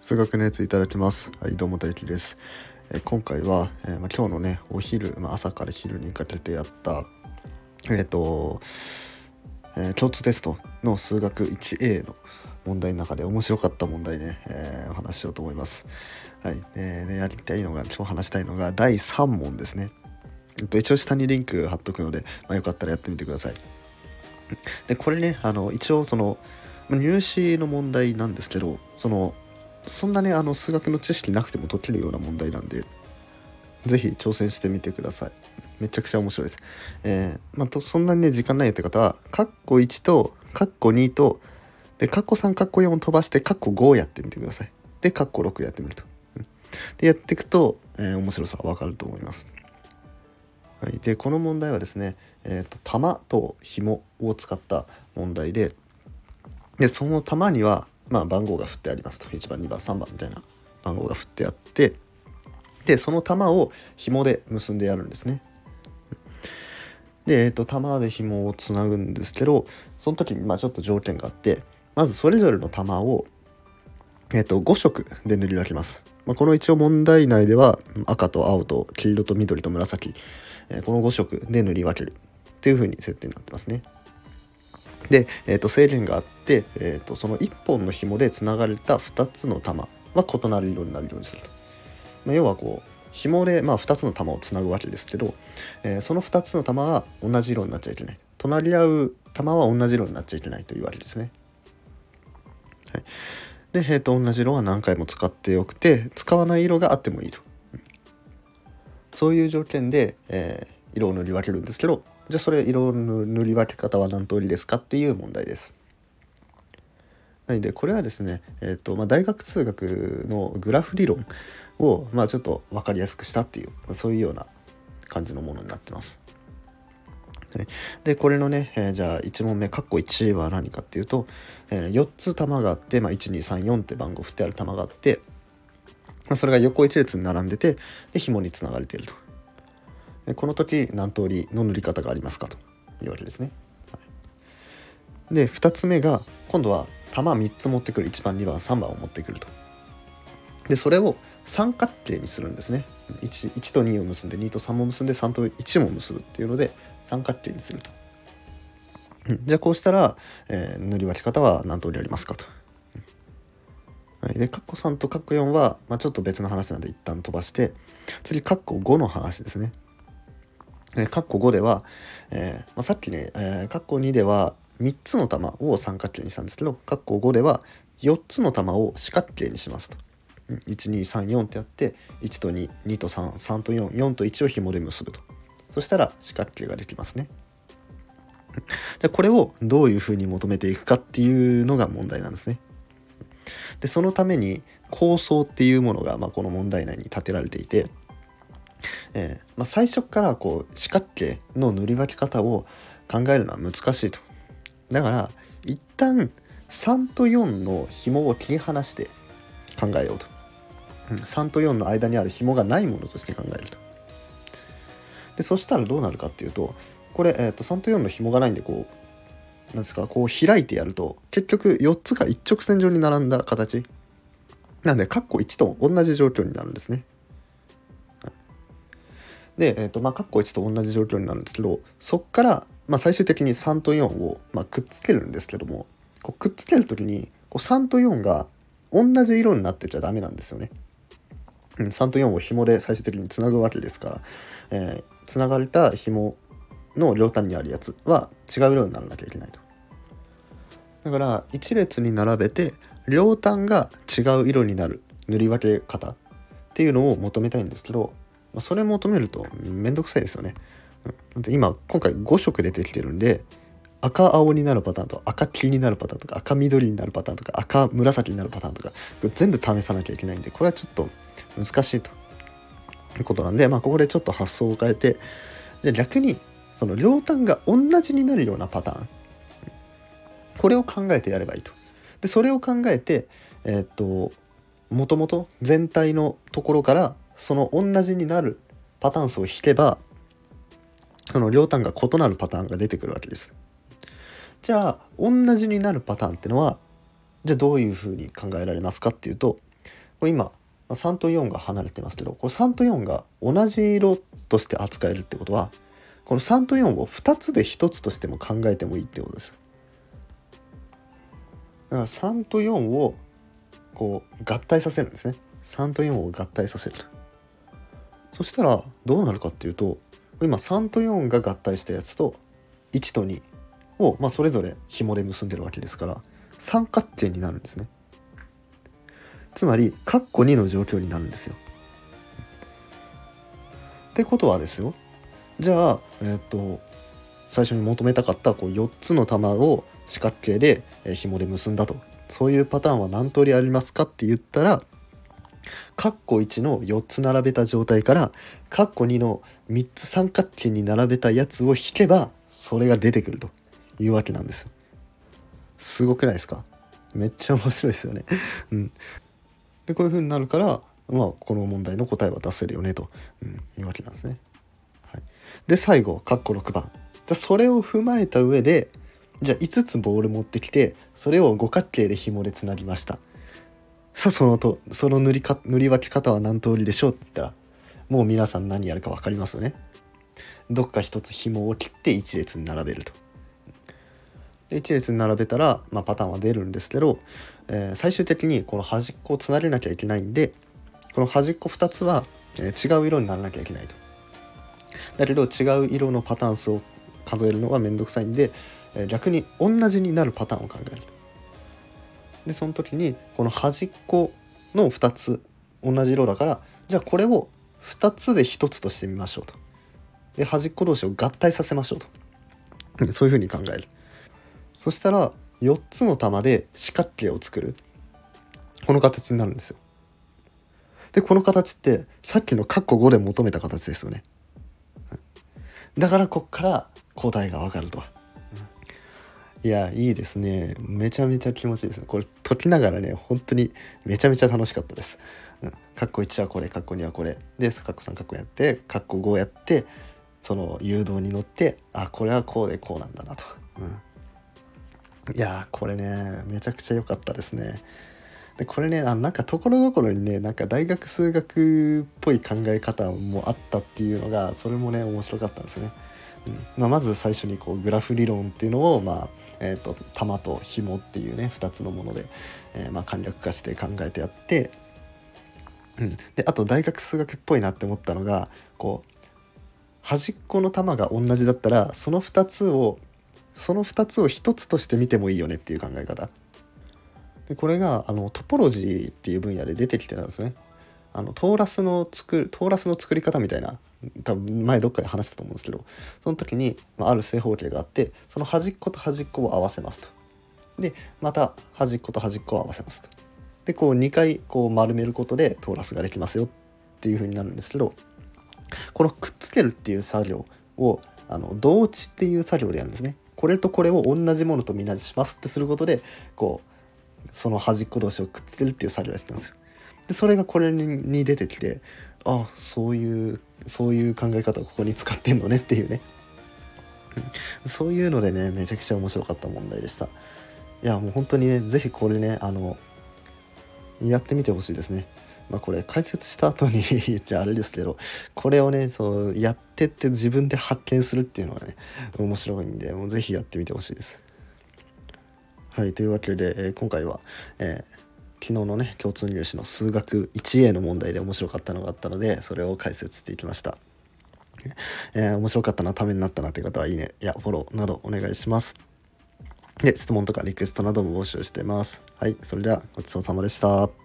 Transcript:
数学のやついただきます。はい、どうも大輝です。今回は、今日のねお昼、朝から昼にかけてやった共通テストの数学 1A の問題の中で面白かった問題ね、お話ししようと思います。はい、やりたいのが今日話したいのが第3問ですね。一応下にリンク貼っとくので、よかったらやってみてください。でこれね一応その入試の問題なんですけど、そんなね数学の知識なくても解けるような問題なんで、ぜひ挑戦してみてください。めちゃくちゃ面白いです。そんなにね時間ないよって方はカッコ1とカッコ2とでカッコ3カッコ4を飛ばしてカッコ5をやってみてください。でカッコ6やってみると、でやっていくと、面白さわかると思います。はい、でこの問題はですね、玉と紐を使った問題で、その玉には番号が振ってありますと。1番2番3番みたいな番号が振ってあって、でその玉を紐で結んでやるんですね。で、玉で紐をつなぐんですけど、その時にちょっと条件があって、まずそれぞれの玉を、5色で塗り分けます。この一応問題内では赤と青と黄色と緑と紫、この5色で塗り分けるっていう風に設定になってますね。で、制限があって、その1本の紐でつながれた2つの玉は異なる色になるようにすると。要はこう紐で2つの玉をつなぐわけですけど、その2つの玉は同じ色になっちゃいけない。隣り合う玉は同じ色になっちゃいけないというわけですね。はい、で、同じ色は何回も使ってよくて、使わない色があってもいいと。そういう条件で、色を塗り分けるんですけど、じゃあそれ色の塗り分け方は何通りですかっていう問題です。なのでこれはですね、大学数学のグラフ理論をちょっと分かりやすくしたっていう、そういうような感じのものになってます。でこれのね、じゃあ1問目括弧1は何かっていうと、4つ玉があって、1234って番号振ってある玉があって、それが横一列に並んでて、で紐につながれていると。この時何通りの塗り方がありますかというわけですね。で2つ目が今度は玉3つ持ってくる。1番2番3番を持ってくると。でそれを三角形にするんですね。 1と2を結んで2と3も結んで3と1も結ぶっていうので三角形にすると。じゃあこうしたら、塗り分け方は何通りありますかと。でカッコ3とカッコ4は、ちょっと別の話なので一旦飛ばして、次カッコ5の話ですね。カッコ5では、さっきね、カッコ2では3つの玉を三角形にしたんですけど、カッコ5では4つの玉を四角形にしますと。1234ってやって1と2、2と3、3と4、4と1を紐で結ぶと。そしたら四角形ができますね。でこれをどういうふうに求めていくかっていうのが問題なんですね。でそのために構想っていうものが、この問題内に立てられていて、最初からこう四角形の塗り分け方を考えるのは難しいと。だから一旦3と4の紐を切り離して考えようと。3と4の間にある紐がないものとして考えると。でそしたらどうなるかっていうと、これ、3と4の紐がないんでこうなんですか、こう開いてやると結局4つが一直線上に並んだ形なんで、カッコ1と同じ状況になるんですね。で、カッコ1と同じ状況になるんですけど、そっから、最終的に3と4を、くっつけるんですけども、こうくっつけるときにこう3と4が同じ色になってちゃダメなんですよね。3と4を紐で最終的につなぐわけですから、つながれた紐の両端にあるやつは違う色にならなきゃいけないと。だから一列に並べて両端が違う色になる塗り分け方っていうのを求めたいんですけど、それ求めるとめんどくさいですよね。今回5色出てきてるんで、赤青になるパターンと赤黄になるパターンとか赤緑になるパターンとか赤紫になるパターンとか全部試さなきゃいけないんで、これはちょっと難しいということなんで、ここでちょっと発想を変えて、で逆にその両端が同じになるようなパターン、これを考えてやればいいと。でそれを考えてもともと全体のところからその同じになるパターン数を引けば、その両端が異なるパターンが出てくるわけです。じゃあ同じになるパターンってのはじゃあどういうふうに考えられますかっていうと、 れ今3と4が離れてますけど、これ3と4が同じ色として扱えるってことは、この3と4を2つで1つとしても考えてもいいってことです。だから3と4をこう合体させるんですね。3と4を合体させる。そしたらどうなるかっていうと、今3と4が合体したやつと1と2を、それぞれ紐で結んでるわけですから、三角形になるんですね。つまり括弧2の状況になるんですよ。ってことはですよ、じゃあ、最初に求めたかったこう4つの玉を四角形で紐で結んだと、そういうパターンは何通りありますかって言ったら、括弧1の4つ並べた状態から括弧2の3つ三角形に並べたやつを引けばそれが出てくるというわけなんですよ。すごくないですか？めっちゃ面白いですよね。でこういう風になるから、この問題の答えは出せるよねと、いうわけなんですね。で最後括弧6番。それを踏まえた上で、じゃあ5つボール持ってきて、それを五角形で紐でつなぎました。さあその塗り分け方は何通りでしょうって言ったら、もう皆さん何やるか分かりますよね。どっか一つ紐を切って一列に並べると。で一列に並べたら、パターンは出るんですけど、最終的にこの端っこをつなげなきゃいけないんで、この端っこ2つは、違う色にならなきゃいけないと。だけど違う色のパターン数を数えるのはめんどくさいんで、逆に同じになるパターンを考える。でその時にこの端っこの2つ同じ色だから、じゃあこれを2つで1つとしてみましょうと。で端っこ同士を合体させましょうと、そういうふうに考える。そしたら4つの玉で四角形を作る、この形になるんですよ。でこの形ってさっきの括弧5で求めた形ですよね。だからこっから答えがわかると。いやいいですね。めちゃめちゃ気持ちいいですね。これ解きながらね、本当にめちゃめちゃ楽しかったです。括弧1はこれ、括弧2はこれで、括弧3括弧やって、括弧5やって、その誘導に乗って、これはこうでこうなんだなと。いやこれねめちゃくちゃ良かったですね。でこれね、なんかところどころにね、なんか大学数学っぽい考え方もあったっていうのが、それもね面白かったんですね。まず最初にこうグラフ理論っていうのを、玉と紐っていうね2つのもので、簡略化して考えてやって、であと大学数学っぽいなって思ったのが、こう端っこの玉が同じだったらその2つを1つとして見てもいいよねっていう考え方で、これがトポロジーっていう分野で出てきてたんですね。トーラスの作り方みたいな、多分前どっかで話したと思うんですけど、その時に、ある正方形があって、その端っこと端っこを合わせますと。でまた端っこと端っこを合わせますと。でこう2回こう丸めることでトーラスができますよっていう風になるんですけど、このくっつけるっていう作業を同値っていう作業でやるんですね。これとこれを同じものとみなしますってすることで、こうその端っこ同士をくっつけるっていう作業をやったんですよ。でそれがこれに出てきて、そういう考え方をここに使ってんのねっていうね、そういうのでねめちゃくちゃ面白かった問題でした。いやもう本当にね、ぜひこれねやってみてほしいですね。これ解説した後に言っちゃあれですけど、これをねそうやってって自分で発見するっていうのはね面白いんで、もうぜひやってみてほしいです。はい、というわけで、今回は、昨日のね共通入試の数学 1A の問題で面白かったのがあったので、それを解説していきました。面白かったな、ためになったなという方はいいねやフォローなどお願いします。で質問とかリクエストなども募集しています。はい、それではごちそうさまでした。